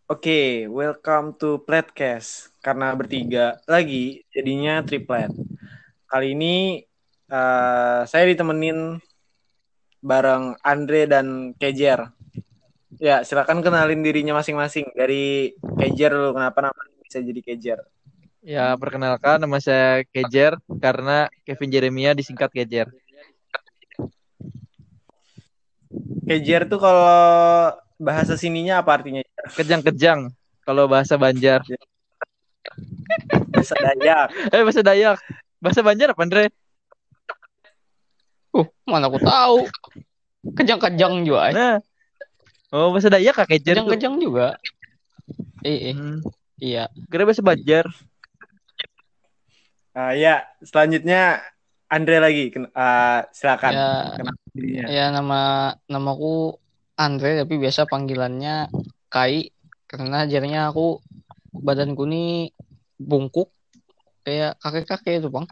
Oke, welcome to Pledcast. Karena bertiga lagi, jadinya triplet. Kali ini saya ditemenin bareng Andre dan Kejer. Ya, silakan kenalin dirinya masing-masing. Dari Kejer dulu, kenapa namanya bisa jadi Kejer? Ya, perkenalkan nama saya Kejer karena Kevin Jeremia disingkat Kejer. Kejer tuh kalau bahasa sininya apa artinya? Kejang-kejang kalau bahasa Banjar. Bahasa Dayak. Bahasa Dayak. Bahasa Banjar apa, Andre? Mana aku tahu. Kejang-kejang juga. Nah, oh bahasa Dayak Kak Kejer tuh. Kejang-kejang juga. Eh, Hmm, iya. kira bahasa Banjar. Ya, selanjutnya Andre lagi. Silakan. Ya, Kenal dirinya. ya namaku Andre tapi biasa panggilannya Kai karena jadinya aku badanku nih bungkuk kayak kakek-kakek itu, Bang.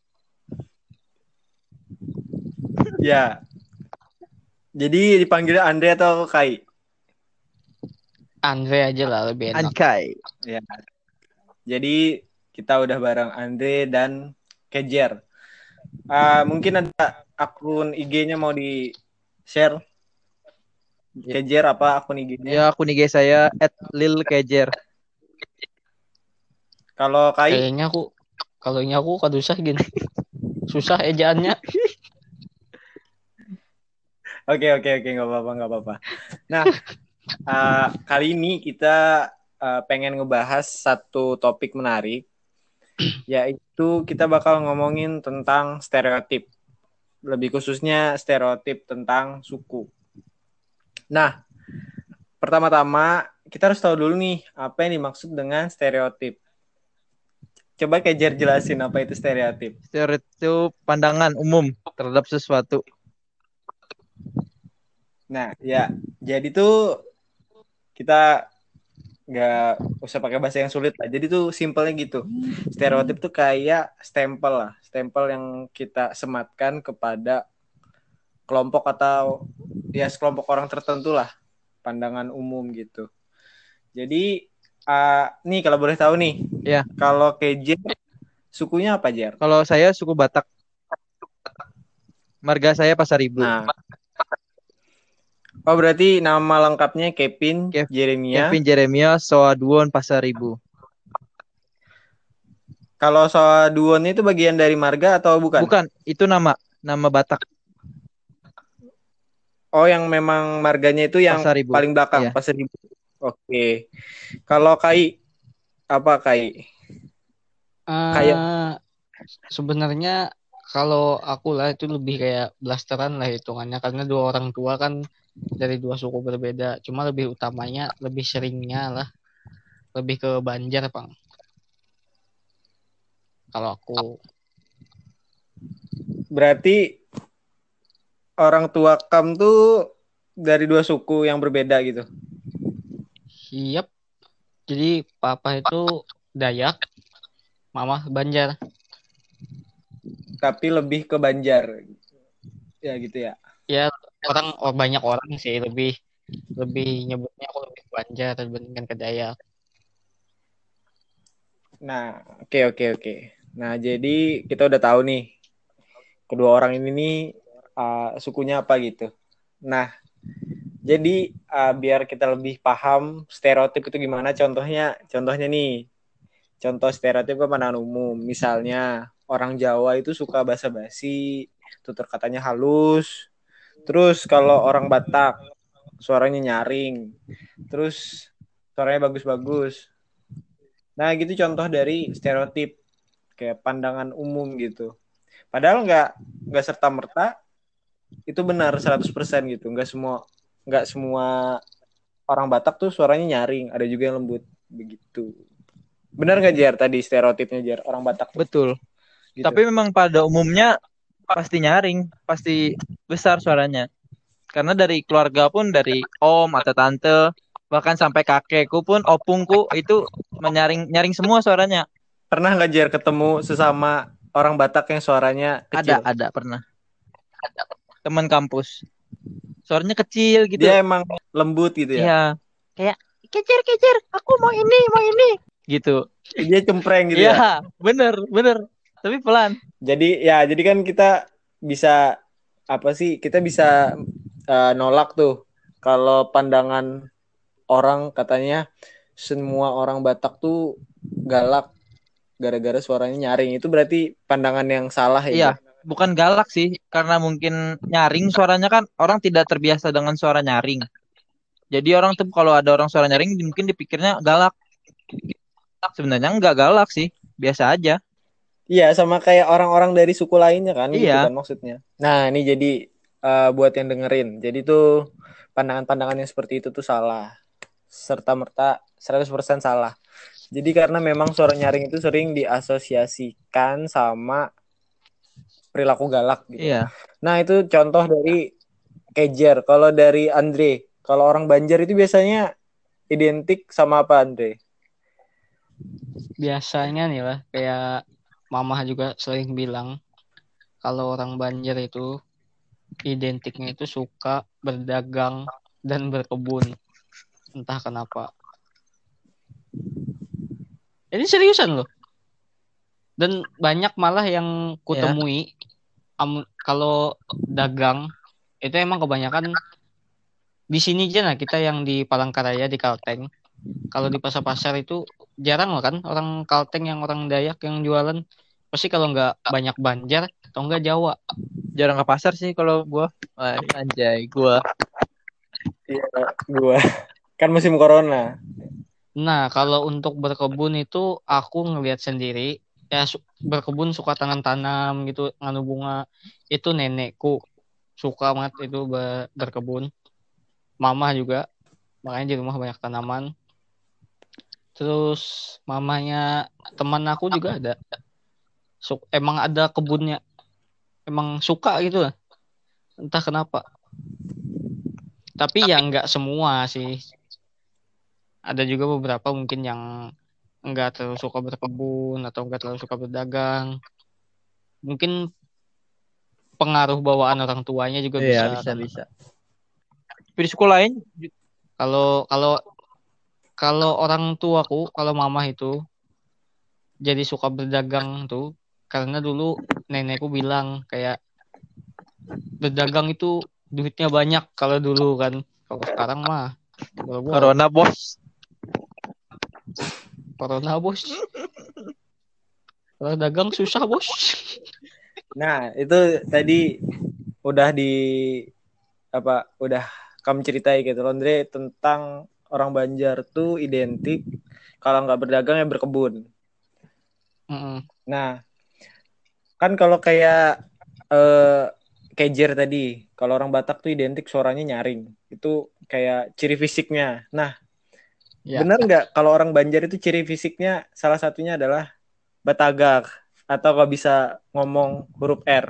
Ya, jadi dipanggil Andre atau Kai? Andre aja lah lebih enak. Ankai. Ya. Jadi kita udah bareng Andre dan Kejer. Mungkin ada akun IG-nya mau di-share. Ya, Kejer apa akun ya IG-nya? akun IG saya @lilkejer. Kalau Kai? Kayaknya aku kalau ini aku kan susah gini. Susah ejaannya. Oke, nggak apa-apa, nggak apa-apa. Nah, kali ini kita pengen ngebahas satu topik menarik, yaitu kita bakal ngomongin tentang stereotip. Lebih khususnya stereotip tentang suku. Nah, pertama-tama kita harus tahu dulu nih apa yang dimaksud dengan stereotip. Coba Kejar jelasin apa itu stereotip. Stereotip itu pandangan umum terhadap sesuatu. Nah, ya, jadi tuh kita nggak usah pakai bahasa yang sulit lah. Jadi tuh simpelnya gitu. Stereotip tuh kayak stempel lah, stempel yang kita sematkan kepada kelompok atau ya sekelompok orang tertentu lah, pandangan umum gitu. Jadi nih kalau boleh tahu nih, Ya, kalau KJ sukunya apa Jar? kalau saya suku Batak, marga saya Pasaribu. Nah, oh berarti nama lengkapnya Kevin Jeremia. Kevin Jeremia Soaduon Pasaribu. Kalau Sawaduon itu bagian dari marga atau bukan? Bukan, itu nama Batak Oh, yang memang marganya itu yang Pasaribu. paling belakang, Iya. pas 1000. Oke. Kalau Kai apa Kai? Kayak Eh sebenarnya kalau aku lah itu lebih kayak blasteran lah hitungannya karena dua orang tua kan dari dua suku berbeda. Cuma lebih utamanya, lebih seringnya lah lebih ke Banjar, Bang. Kalau aku berarti orang tua Kam tuh dari dua suku yang berbeda gitu. siap. Jadi papa itu Dayak, mama Banjar. Tapi lebih ke Banjar. Ya gitu ya. Ya banyak orang sih lebih lebih nyebutnya aku lebih Banjar dibandingkan ke Dayak. Nah, oke. Nah, jadi kita udah tahu nih kedua orang ini nih sukunya apa gitu. Nah, jadi biar kita lebih paham stereotip itu gimana contohnya nih. Contoh stereotip ke pandangan umum. Misalnya orang Jawa itu suka basa-basi, tutur katanya halus. Terus kalau orang Batak suaranya nyaring. Terus suaranya bagus-bagus. Nah, gitu contoh dari stereotip kayak pandangan umum gitu. Padahal nggak serta merta itu benar 100% gitu. Nggak semua orang Batak tuh suaranya nyaring, ada juga yang lembut begitu. Benar nggak Jar tadi stereotipnya Jar orang Batak tuh Betul. gitu. Tapi memang pada umumnya pasti nyaring, pasti besar suaranya. Karena dari keluarga pun dari om atau tante, bahkan sampai kakekku pun, opungku itu menyaring nyaring semua suaranya. Pernah nggak Jar ketemu sesama orang Batak yang suaranya kecil? Ada pernah. Teman kampus. Suaranya kecil gitu. Dia emang lembut gitu ya. Iya, kayak kecer, aku mau ini, gitu. Dia cempreng gitu ya. Iya, bener, tapi pelan. Jadi kan kita bisa apa sih? Kita bisa nolak tuh kalau pandangan orang katanya semua orang Batak tuh galak gara-gara suaranya nyaring. Itu berarti pandangan yang salah ya, Iya, Bre? bukan galak sih, karena mungkin nyaring suaranya kan orang tidak terbiasa dengan suara nyaring. Jadi orang tuh kalau ada orang suara nyaring mungkin dipikirnya galak. Sebenarnya nggak galak sih, biasa aja. Iya, sama kayak orang-orang dari suku lainnya kan gitu Iya, kan maksudnya. Nah, ini jadi buat yang dengerin. Jadi tuh pandangan-pandangan yang seperti itu tuh salah. Serta merta 100% salah. Jadi karena memang suara nyaring itu sering diasosiasikan sama perilaku galak gitu. iya. Nah, itu contoh dari Kejer. Kalau dari Andre, kalau orang Banjar itu biasanya identik sama apa, Andre? Biasanya nih lah, kayak mamah juga sering bilang kalau orang Banjar itu identiknya itu suka berdagang dan berkebun. Entah kenapa. Ini seriusan loh. Dan banyak malah yang Ya, kutemui kalau dagang itu emang kebanyakan di sini aja. Nah, kita yang di Palangkaraya di Kalteng. Kalau di pasar-pasar itu jarang loh kan orang Kalteng yang orang Dayak yang jualan. Pasti kalau nggak banyak Banjar atau nggak Jawa. jarang ke pasar sih kalau gua. Wah, anjay, gua. Iya, gua. Kan musim corona. Nah, kalau untuk berkebun itu aku ngelihat sendiri ya berkebun suka tanam-tanam gitu nganu bunga itu nenekku suka banget itu berkebun. Mama juga makanya di rumah banyak tanaman. Terus mamanya teman aku juga ada. Emang ada kebunnya. Emang suka gitu lah. Entah kenapa. Tapi ya nggak semua sih. Ada juga beberapa mungkin yang nggak terlalu suka berkebun atau nggak terlalu suka berdagang. Mungkin pengaruh bawaan orang tuanya juga Iya, bisa bisa kan. bisa. Tapi di sekolah lain, Kalau kalau kalau orang tuaku, kalau mama itu jadi suka berdagang tuh karena dulu nenekku bilang kayak berdagang itu duitnya banyak kalau dulu kan. Kalau sekarang mah boro-boro. corona bos. Corona bos. Kalau dagang susah bos. Nah, itu tadi udah di apa udah kamu ceritain gitu Londre tentang orang Banjar tuh identik kalau nggak berdagang ya berkebun. Mm-mm. Nah, kan kalau kayak eh, kejer tadi, kalau orang Batak tuh identik suaranya nyaring. Itu kayak ciri fisiknya. Nah, Ya, benar nggak kalau orang Banjar itu ciri fisiknya salah satunya adalah batagak atau nggak bisa ngomong huruf R?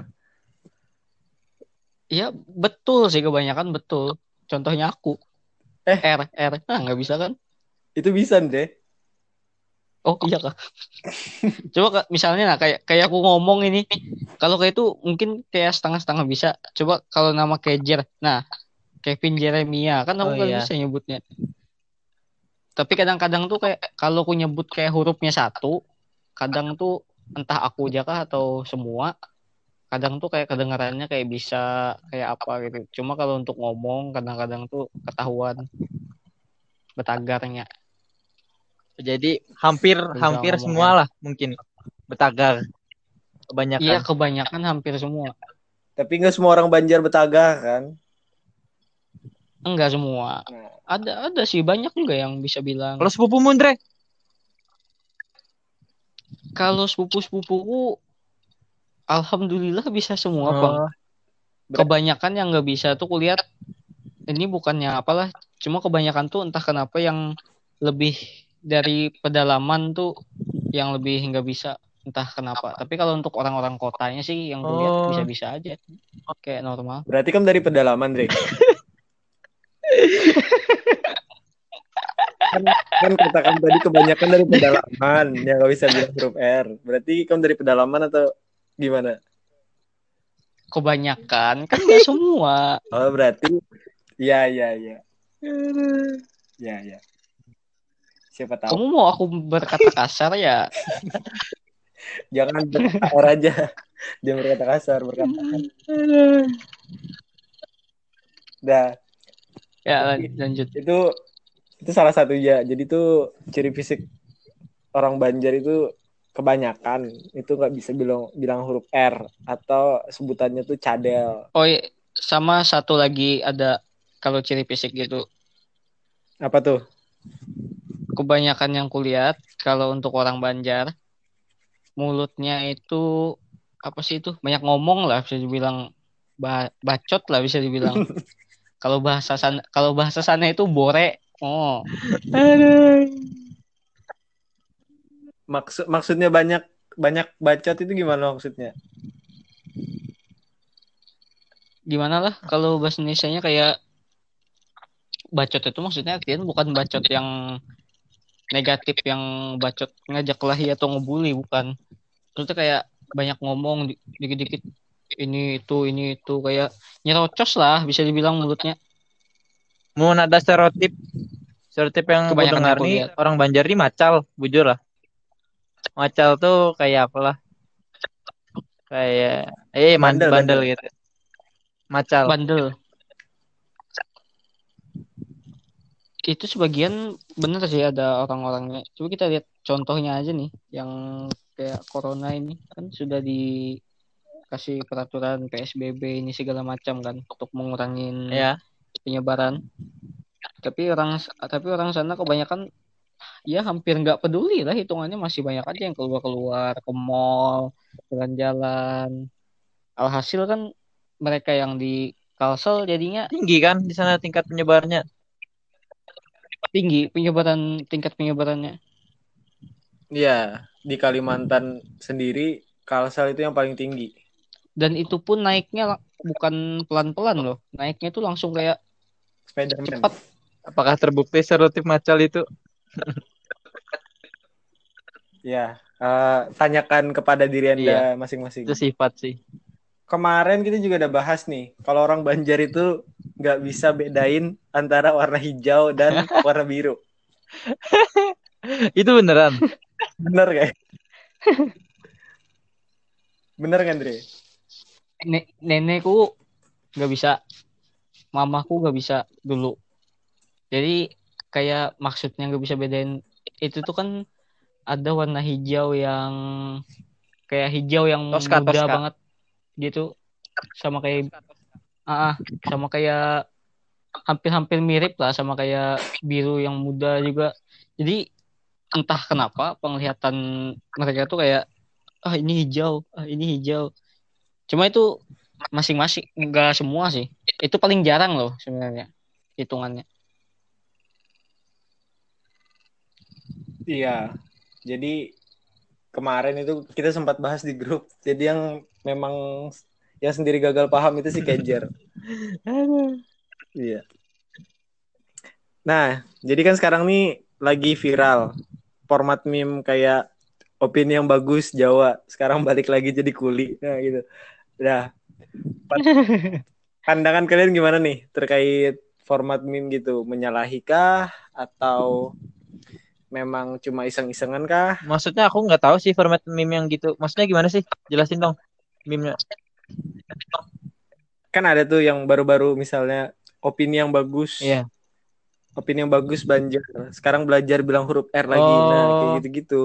ya betul sih kebanyakan betul. Contohnya aku Eh, R nah nggak bisa kan? itu bisa deh. Oh iya kak. Coba Kak, misalnya nah, kayak kayak aku ngomong ini, kalau kayak itu mungkin kayak setengah-setengah bisa. Coba kalau nama Kejer, nah Kevin Jeremia kan aku Oh gak iya. bisa nyebutnya. Tapi kadang-kadang tuh kayak kalau aku nyebut kayak hurufnya satu, kadang tuh entah aku aja kah atau semua, kadang tuh kayak kedengarannya kayak bisa kayak apa gitu. Cuma kalau untuk ngomong kadang-kadang tuh ketahuan betagarnya, Jadi hampir berusaha hampir ngomong semua R. lah mungkin Betagar Iya kebanyakan. kebanyakan hampir semua, Tapi nggak semua orang Banjar betagak kan? enggak semua. Nah, Ada sih banyak juga yang bisa bilang. Kalau sepupu Mundre, Kalau sepupu-sepupuku, alhamdulillah bisa semua, Bang. oh, berarti Kebanyakan yang nggak bisa tuh kulihat ini bukannya apalah, cuma kebanyakan tuh entah kenapa yang lebih dari pedalaman tuh yang lebih nggak bisa entah kenapa. Tapi kalau untuk orang-orang kotanya sih yang kulihat oh, bisa-bisa aja kayak normal. berarti kamu dari pedalaman, Dre. Kan, kan katakan tadi kebanyakan dari pedalaman yang nggak bisa bilang huruf R. Berarti kamu dari pedalaman atau gimana? Kebanyakan kan nggak semua. Oh berarti ya ya ya ya ya. Siapa tahu. Kamu mau aku berkata kasar ya? Jangan berkata R aja. Jangan berkata kasar, berkata R. Dah. Ya Tapi lanjut. itu salah satunya. Jadi tuh ciri fisik orang Banjar itu kebanyakan itu nggak bisa bilang bilang huruf R atau sebutannya tuh cadel. Oh iya, sama satu lagi ada kalau ciri fisik gitu. Apa tuh? Kebanyakan yang kulihat kalau untuk orang Banjar mulutnya itu apa sih itu banyak ngomong lah bisa dibilang bacot lah bisa dibilang. Kalau bahasa sana itu bore. Oh, Aduh. Maksudnya banyak banyak bacot itu gimana maksudnya? gimana lah kalau bahasa Indonesianya kayak bacot itu maksudnya artinya bukan bacot yang negatif yang bacot ngajak kelahi atau ngebully bukan. Maksudnya kayak banyak ngomong dikit-dikit ini itu kayak nyerocos lah bisa dibilang mulutnya Mau ada stereotip yang aku kebanyakan yang dengar nih kulihat. orang Banjar nih macal, bujur lah. Macal tuh kayak apalah, kayak Bandel, bandel bandel. gitu. Macal. Bandel itu sebagian bener sih ada orang-orangnya. Coba kita lihat contohnya aja nih yang kayak corona ini kan sudah dikasih peraturan PSBB ini segala macam kan untuk mengurangin Ya, penyebaran. Tapi orang sana kebanyakan ya hampir nggak peduli lah hitungannya masih banyak aja yang keluar-keluar ke mall, jalan-jalan. Alhasil kan mereka yang di Kalsel jadinya tinggi kan di sana tingkat penyebarnya. tinggi tingkat penyebarannya. Iya, di Kalimantan sendiri Kalsel itu yang paling tinggi. Dan itu pun naiknya bukan pelan-pelan loh. Naiknya tuh langsung kayak Spiderman. cepat. Apakah terbukti stereotip macal itu? Ya, tanyakan kepada diri Iya, Anda itu masing-masing. sifat sih. Kemarin kita juga udah bahas nih, kalau orang Banjar itu nggak bisa bedain antara warna hijau dan warna biru. Itu beneran. Bener kayak? Bener kan, Dre? Nenekku nggak bisa, mamaku nggak bisa dulu. Jadi kayak maksudnya nggak bisa bedain itu tuh kan ada warna hijau yang kayak hijau yang Toska, muda Toska. banget gitu sama kayak ah sama kayak hampir-hampir mirip lah sama kayak biru yang muda juga. Jadi entah kenapa penglihatan mereka tuh kayak ini hijau, ini hijau. Cuma itu masing-masing enggak semua sih. Itu paling jarang loh sebenarnya hitungannya. Iya. Jadi kemarin itu kita sempat bahas di grup. Jadi yang memang yang sendiri gagal paham itu si Kejer. Iya. Nah, jadi kan sekarang nih lagi viral format meme kayak opini yang bagus Jawa. Sekarang balik lagi jadi kuli. Nah, gitu. Nah, pandangan kalian gimana nih terkait format meme gitu? Menyalahikah atau memang cuma iseng-isengan kah? Maksudnya aku nggak tahu sih format meme yang gitu. Maksudnya gimana sih? Jelasin dong meme-nya. Kan ada tuh yang baru-baru misalnya opini yang bagus. Iya. Opini yang bagus Banjar. Sekarang belajar bilang huruf R lagi. Nah, kayak Oh, gitu-gitu.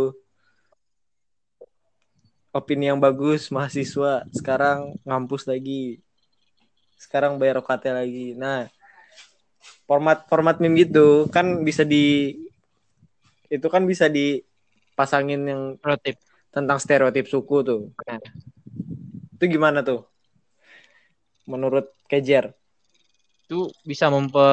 Opini yang bagus mahasiswa. Sekarang ngampus lagi. Sekarang bayar UKT lagi. Nah, format meme gitu kan bisa itu kan bisa dipasangin yang stereotip. tentang stereotip suku tuh. Nah, itu gimana tuh menurut Kejer? Itu bisa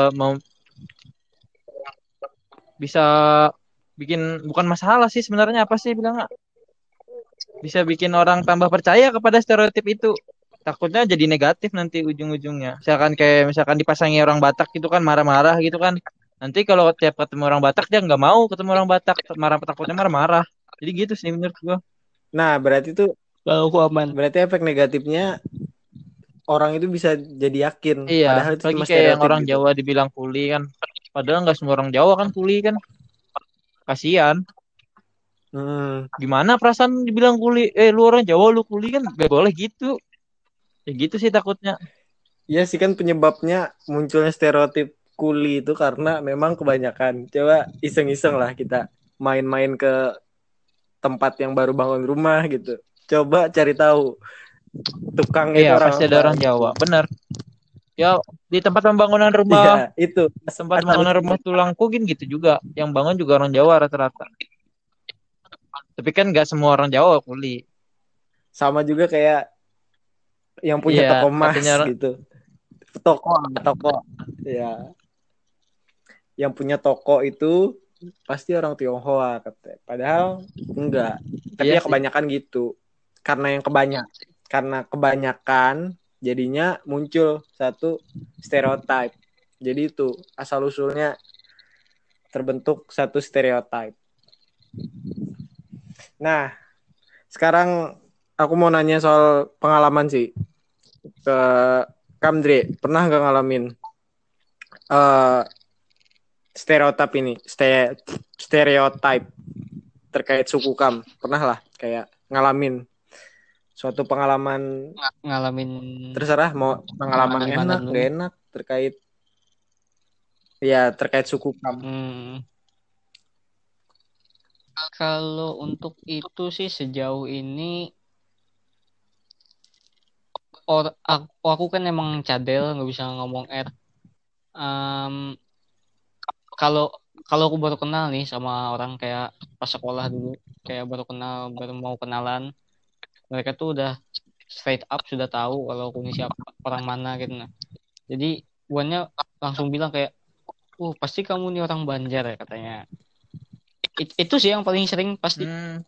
bisa bikin bukan masalah sih sebenarnya apa sih bilangnya? Bisa bikin orang tambah percaya kepada stereotip itu. Takutnya jadi negatif nanti ujung-ujungnya. Misalkan dipasangi orang Batak gitu kan marah-marah gitu kan. Nanti kalau tiap ketemu orang Batak dia nggak mau ketemu orang Batak, takutnya marah-marah. Jadi gitu sih menurut gua. Nah, Kalau aku aman. berarti efek negatifnya orang itu bisa jadi yakin Iya, padahal itu lagi cuma kayak yang stereotip orang gitu. Jawa dibilang kuli kan. Padahal nggak semua orang Jawa kan kuli kan. kasihan. Hmm. Gimana perasaan dibilang kuli, lu orang Jawa lu kuli kan gak boleh gitu. Ya gitu sih takutnya. Iya sih kan penyebabnya munculnya stereotip kuli itu karena memang kebanyakan. Coba iseng-iseng lah kita main-main ke tempat yang baru bangun rumah gitu. Coba cari tahu tukangnya Iya, itu orang pasti ada apa orang gitu. Jawa. Bener. Ya di tempat pembangunan rumah, Iya, itu. tempat pembangunan rumah tulangku gitu juga. Yang bangun juga orang Jawa rata-rata. Tapi kan nggak semua orang Jawa kuli. Sama juga kayak yang punya Iya, toko katanya emas gitu. Toko. Ya, yang punya toko itu pasti orang Tionghoa katanya. Padahal enggak. Tapi iya ya sih. kebanyakan gitu. Karena kebanyakan jadinya muncul satu stereotip. Jadi itu asal usulnya terbentuk satu stereotip. Nah, sekarang aku mau nanya soal pengalaman sih ke Kamdre. Pernah nggak ngalamin uh, stereotip ini? Stereotip terkait suku Kam? Pernah lah kayak ngalamin suatu pengalaman, ngalamin terserah mau pengalaman gimana enak dulu nggak nih? enak terkait suku Kam. Hmm, kalau untuk itu sih sejauh ini aku kan emang cadel nggak bisa ngomong R. Em, kalau kalau aku baru kenal nih sama orang kayak pas sekolah dulu, kayak baru kenal, baru mau kenalan, mereka tuh udah straight up sudah tahu kalau aku ini siapa, orang mana gitu. Nah, jadi buannya langsung bilang kayak, pasti kamu nih orang Banjar ya katanya. Itu sih yang paling sering pasti. Hmm,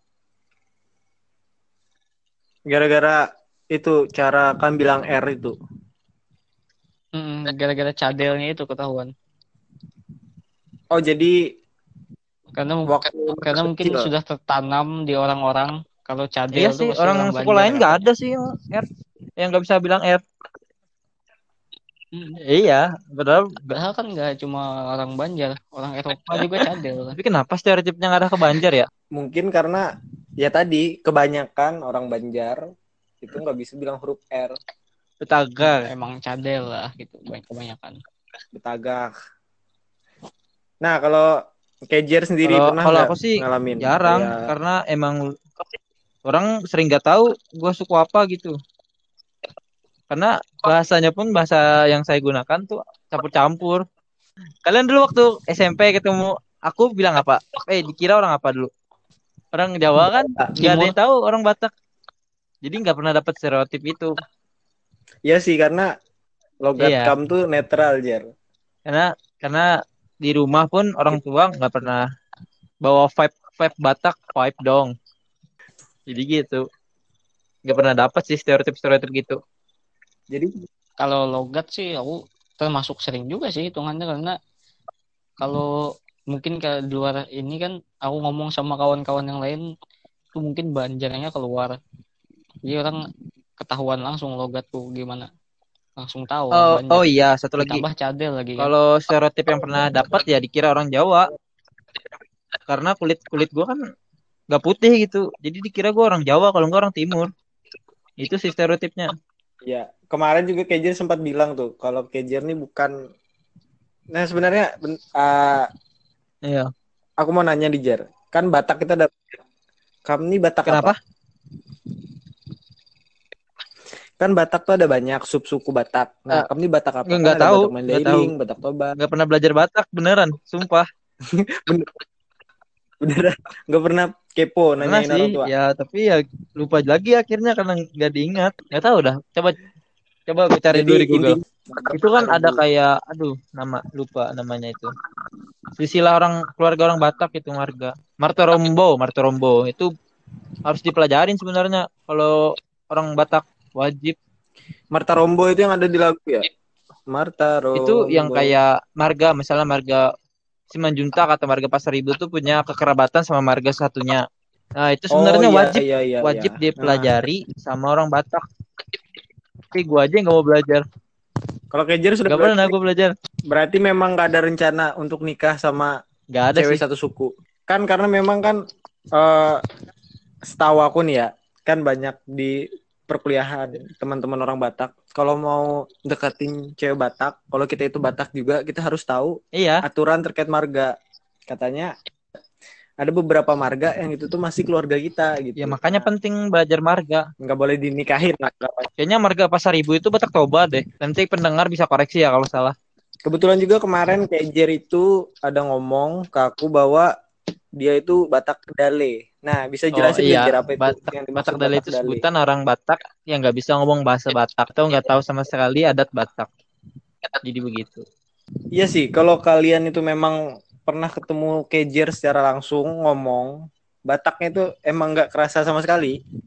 Gara-gara itu cara kan bilang R itu. Gara-gara cadelnya itu ketahuan. Oh jadi Karena waktu karena mungkin kecil. sudah tertanam di orang-orang kalau iya cadel tuh sih. pasti Orang orang suku Banjar lain nggak katanya. ada sih yang R, yang nggak bisa bilang R. Mm. Iya, padahal Padahal kan nggak cuma orang Banjar, orang Eropa juga cadel kan. tapi kenapa stereotipnya nggak ada ke Banjar ya? Mungkin karena ya tadi kebanyakan orang Banjar itu nggak bisa bilang huruf R. Betagar. Emang cadel lah gitu kebanyakan. Betagak. Nah kalau Kejer sendiri Kalau pernah kalau nggak aku sih ngalamin jarang kayak karena emang orang sering nggak tahu gua suku apa gitu. Karena bahasanya pun bahasa yang saya gunakan tuh campur-campur. Kalian dulu waktu SMP ketemu aku bilang apa? Dikira orang apa dulu? Orang Jawa kan nggak ada Timur. yang tahu orang Batak. Jadi nggak pernah dapat stereotip itu. ya sih karena logat Iya, Kam tuh netral Jer. karena karena di rumah pun orang tua nggak pernah bawa vibe vibe Batak, vibe dong. Jadi gitu. Nggak pernah dapat sih stereotip-stereotip gitu. Jadi Kalau logat sih aku termasuk sering juga sih hitungannya karena kalau mungkin ke luar ini kan aku ngomong sama kawan-kawan yang lain tuh mungkin Banjarnya keluar. Jadi orang ketahuan langsung logatku gimana. Langsung tahu orang Oh, Banjar. oh iya, satu lagi. Ditambah cadel lagi kan. Kalau stereotip yang pernah dapat ya dikira orang Jawa karena kulit kulit gua kan nggak putih gitu. Jadi dikira gua orang Jawa kalau nggak orang Timur. Itu sih stereotipnya. ya kemarin juga Kejer sempat bilang tuh kalau Kejer nih bukan. Nah sebenarnya Iya. aku mau nanya di Jer. Kan Batak kita ada. Kamu nih Batak apa? Kenapa? Kan Batak tuh ada banyak sub-suku Batak. Nah, Eh, kamu nih Batak apa? Kan nggak ada tahu, Batak nggak tahu. Mandailing, Batak Toba. Nggak pernah belajar Batak beneran, sumpah. Bener, bener. Nggak pernah kepo Pernah nanyain sih, orang tua. ya tapi ya lupa lagi akhirnya karena nggak diingat. Nggak tahu dah. Coba coba gue cari dulu di Jadi Google. intinya Itu kan ada kayak, aduh, lupa namanya itu. Silsilah orang keluarga orang Batak itu marga. Martorombo itu harus dipelajarin sebenarnya kalau orang Batak wajib. Marta Rombo itu yang ada di lagu ya. Marta Itu yang Rombo. kayak marga, misalnya marga Simanjuntak atau marga Pasar Ibu tuh punya kekerabatan sama marga satunya. Nah, itu Oh sebenarnya iya wajib iya iya iya. wajib Nah, dipelajari sama orang Batak. Tapi gua aja nggak mau belajar. kalau Kejer sudah Nggak pernah gue belajar. berarti memang nggak ada rencana untuk nikah sama Nggak ada cewek sih. satu suku. kan karena memang kan eh, setahu aku nih ya, kan banyak di perkuliahan teman-teman orang Batak. Kalau mau deketin cewek Batak, kalau kita itu Batak juga, kita harus tahu Iya, aturan terkait marga. Katanya ada beberapa marga yang itu tuh masih keluarga kita ya gitu. makanya Nah, penting belajar marga. nggak boleh dinikahin. Kayaknya marga Pasar Ibu itu Batak Toba deh. Nanti pendengar bisa koreksi ya kalau salah. Kebetulan juga kemarin Kejer itu ada ngomong ke aku bahwa dia itu Batak Dale. Nah, bisa Oh jelasin iya, nggak Jer apa itu Batak yang Batak dimaksud Dale Batak itu Dale? sebutan orang Batak yang nggak bisa ngomong bahasa Batak atau nggak tahu sama sekali adat Batak. Jadi begitu. Iya sih, kalau kalian itu memang pernah ketemu Kejer secara langsung ngomong, Bataknya itu emang nggak kerasa sama sekali.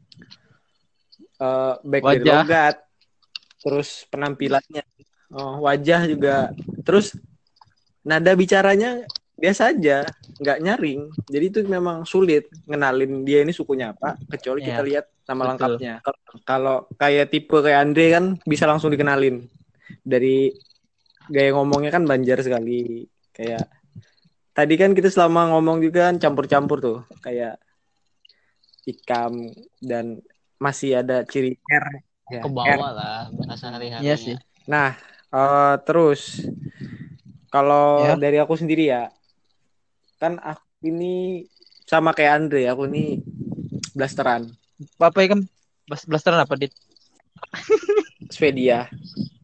Baik dari Wajah, logat, terus penampilannya, wajah juga, terus nada bicaranya biasa aja, nggak nyaring. Jadi itu memang sulit ngenalin dia ini sukunya apa, kecuali kita ya lihat nama betul. lengkapnya. Kalau kayak tipe kayak Andre kan bisa langsung dikenalin dari gaya ngomongnya kan Banjar sekali. Kayak tadi kan kita selama ngomong juga kan campur-campur tuh, kayak ikam dan masih ada ciri R ya Ke R. bawah lah bahasa Iya hari-harinya. sih. Nah, terus kalau Ya, dari aku sendiri ya, kan aku ini sama kayak Andre, aku ini blasteran apa ya kan blasteran apa dit? Swedia.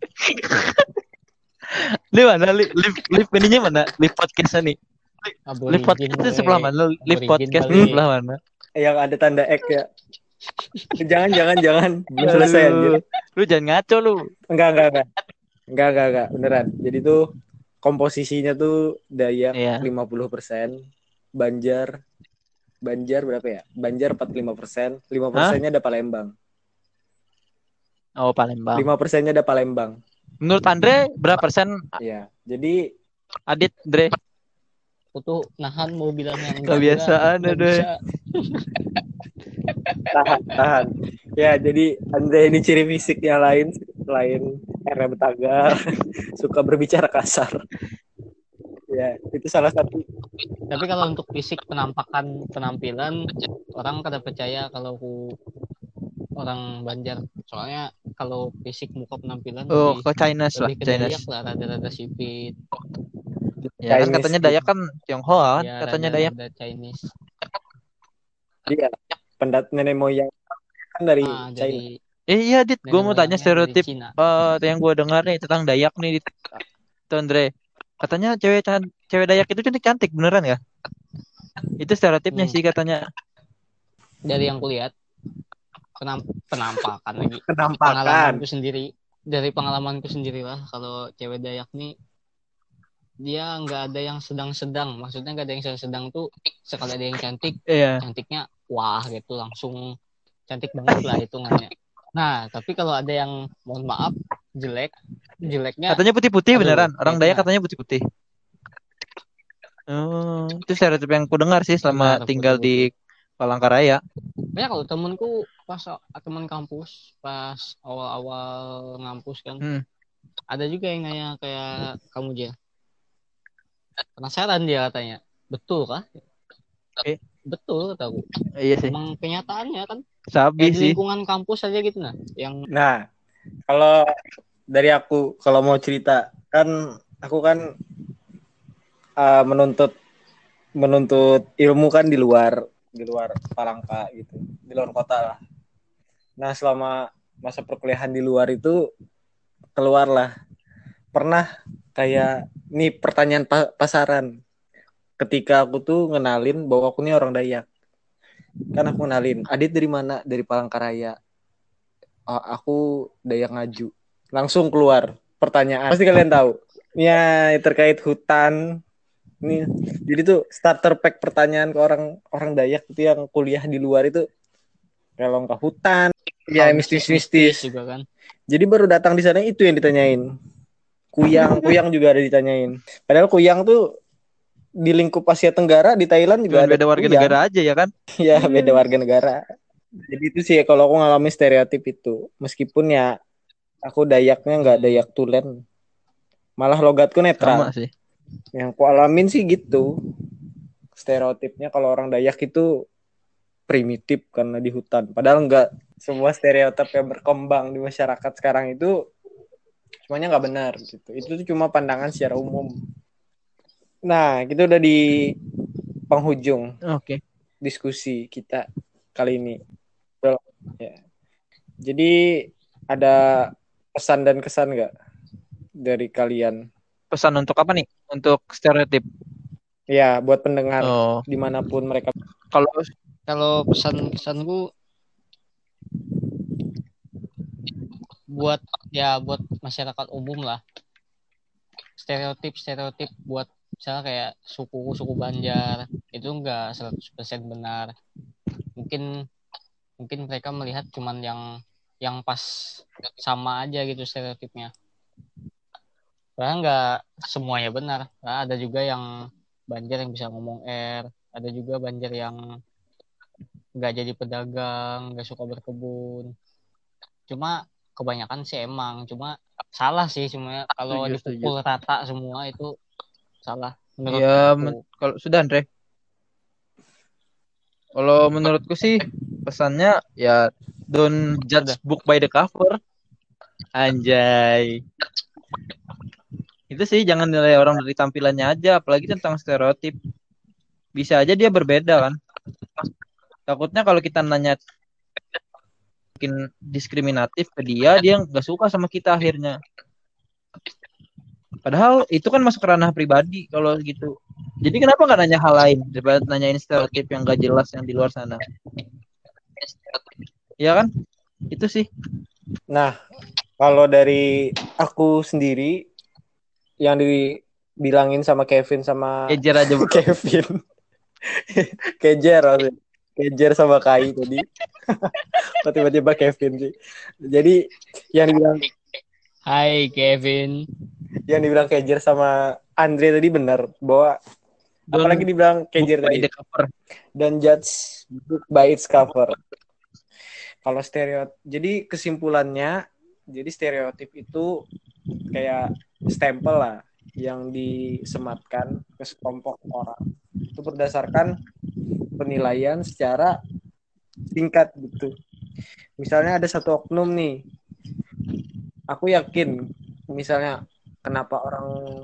Di mana? Live ininya mana? Live podcastnya nih. Live Aborigin podcast itu gue, sebelah mana? Live aborigin podcast itu kali. sebelah mana? Yang ada tanda X ya. Jangan, belum selesai anjir. Aduh, lu jangan ngaco lu. Enggak. Enggak, beneran. Jadi tuh komposisinya tuh Dayak Iya. 50%, Banjar Banjar berapa ya? Banjar 45%, lima Hah? persennya ada Palembang. Oh, Palembang. 5%-nya ada Palembang. Menurut Andre berapa persen Iya. Jadi Adit, Dre? Aku tuh nahan mau bilangnya enggak, Kebiasaan nggak ada. bisa. tahan. Ya, jadi Andre ini ciri fisik yang lain selain R Betagal, suka berbicara kasar. Ya, itu salah satu. Tapi kalau untuk fisik penampakan penampilan orang kada percaya kalau aku orang Banjar. Soalnya kalau fisik muka penampilan Oh, lebih ke Chinese lah, lebih ke Dayak Chinese. lah, rada-rada sipit. Ya kan Chinese katanya gitu. Dayak kan Tionghoa kan Ya katanya Dayak. rada-rada Chinese. Dia nenek moyang kan dari China. Dari Iya, Dit, gue nenek mau tanya moyangnya dari stereotip Cina. yang gue dengar nih tentang Dayak nih, Dit. Tuh, Andre. Katanya cewek Dayak itu cantik-cantik, beneran ya? Itu stereotipnya Hmm, sih katanya. dari yang kulihat penampakan lagi, Penampakan. pengalamanku sendiri, dari pengalamanku sendirilah kalau cewek Dayak nih dia nggak ada yang sedang-sedang, maksudnya nggak ada yang sedang-sedang tuh, sekali ada yang cantik, Iya. cantiknya wah gitu langsung cantik banget lah hitungannya. Nah tapi kalau ada yang mohon maaf jelek, jeleknya Katanya putih-putih aduh beneran. Orang Dayak kayaknya katanya putih-putih. Oh, itu stereotip yang ku dengar sih selama benar tinggal di putih-putih. Palangkaraya. Banyak kalau temenku pas teman kampus pas awal-awal ngampus kan, Hmm, ada juga yang nanya kayak kamu aja, penasaran dia katanya, betul kah? eh, Betul kataku, iya sih. emang kenyataannya kan Sabi kayak di sih. lingkungan kampus aja gitu nah yang Nah, kalau dari aku kalau mau cerita kan aku kan menuntut menuntut ilmu kan di luar Palangka gitu, di luar kota lah. Nah, selama masa perkuliahan di luar itu keluarlah pernah kayak nih pertanyaan pasaran ketika aku tuh ngenalin bahwa aku nih orang Dayak. Kan aku ngenalin, Adit dari mana? Dari Palangkaraya. Oh, aku Dayak Ngaju. Langsung keluar pertanyaan. Pasti kalian tahu. Ya, terkait hutan. Nih, jadi tuh starter pack pertanyaan ke orang orang Dayak itu yang kuliah di luar itu kalau ke hutan, ya hal mistis-mistis mistis-mistis. juga kan. Jadi baru datang di sana itu yang ditanyain. Kuyang juga ada ditanyain. Padahal kuyang tuh di lingkup Asia Tenggara di Thailand juga Cuman ada beda warga negara kuyang. aja ya kan? Ya beda warga negara. Jadi itu sih kalau aku ngalami stereotip itu. Meskipun ya aku Dayaknya nggak Dayak Tulen. Malah logatku Sama netral. sih. Yang aku alamin sih gitu. stereotipnya kalau orang Dayak itu primitif karena di hutan. Padahal enggak. Semua stereotip yang berkembang di masyarakat sekarang itu semuanya nggak benar gitu. Itu tuh cuma pandangan secara umum. Nah, kita udah di penghujung Oke. diskusi kita kali ini. Ya. Jadi ada pesan dan kesan nggak dari kalian? Pesan untuk apa nih? Untuk stereotip. Ya, buat pendengar Oh, dimanapun mereka. kalau Kalau pesan-pesanku buat buat masyarakat umum lah. Stereotip buat misalnya kayak suku Banjar itu enggak 100% benar. Mungkin mereka melihat cuman yang pas sama aja gitu stereotipnya. Karena enggak semuanya benar. Karena ada juga yang Banjar yang bisa ngomong R, ada juga Banjar yang enggak jadi pedagang, enggak suka berkebun. Cuma kebanyakan sih emang, cuma salah sih semuanya kalau setuju. dipukul rata semua itu salah Ya, menurutku. kalau sudah Andre. Kalau menurutku sih pesannya ya don't judge Udah. book by the cover. Anjay. Itu sih jangan nilai orang dari tampilannya aja, apalagi tentang stereotip. Bisa aja dia berbeda kan. Takutnya kalau kita nanya mungkin diskriminatif ke dia, dia nggak suka sama kita akhirnya. Padahal itu kan masuk ke ranah pribadi kalau gitu. Jadi kenapa nggak nanya hal lain daripada nanyain stereotip yang gak jelas yang di luar sana? Iya kan? Itu sih. Nah, kalau dari aku sendiri yang dibilangin sama Kevin sama Kejar aja bro. Kevin. Kejer maksudnya. Kejer sama Kai tadi. Kok tiba-tiba Kevin sih. Jadi yang dibilang Hai Kevin. Kejer sama Andre tadi benar bahwa apalagi Don't dibilang book Kejer by tadi the cover. dan judge book by its cover. Kalau stereotip, jadi kesimpulannya, jadi stereotip itu kayak stempel lah yang disematkan ke sekelompok orang. Itu berdasarkan penilaian secara singkat gitu. Misalnya ada satu oknum nih, aku yakin misalnya kenapa orang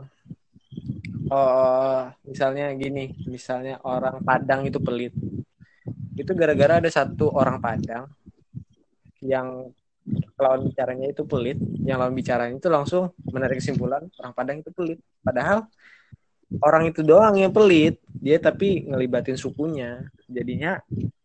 misalnya gini, misalnya orang Padang itu pelit. Itu gara-gara ada satu orang Padang yang lawan bicaranya itu pelit, yang lawan bicaranya itu langsung menarik kesimpulan orang Padang itu pelit. Padahal orang itu doang yang pelit, dia tapi ngelibatin sukunya. Jadinya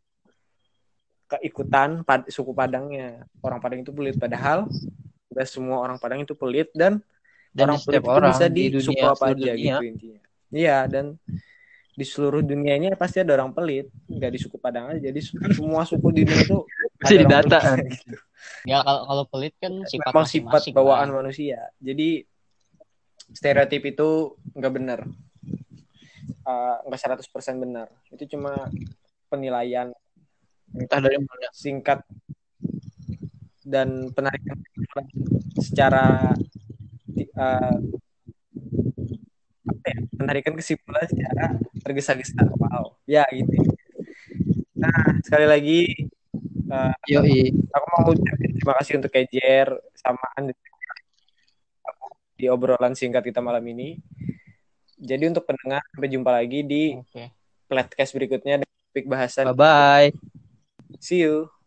keikutan suku Padangnya. Orang Padang itu pelit, padahal udah semua orang Padang itu pelit dan Dan di orang pelit setiap itu orang bisa di di suku dunia, apa seluruh aja dunia. gitu intinya. Iya, dan di seluruh dunianya pasti ada orang pelit, nggak di suku Padang aja. Jadi semua suku di dunia itu Masih ada di orang data pelit kan. gitu. Ya kalau pelit kan sifat Memang sifat masing-masing bawaan lah. manusia. Jadi stereotip itu nggak benar, nggak 100% benar. Itu cuma penilaian Entah dari mana. singkat dan penarikan secara uh, penarikan kesimpulan secara tergesa-gesa. Wow, ya gitu. Nah, sekali lagi Yoi. aku mau ucapin terima kasih untuk Kejer sama Anda di obrolan singkat kita malam ini. Jadi untuk pendengar, sampai jumpa lagi di podcast berikutnya dengan topik bahasan. Bye-bye. See you.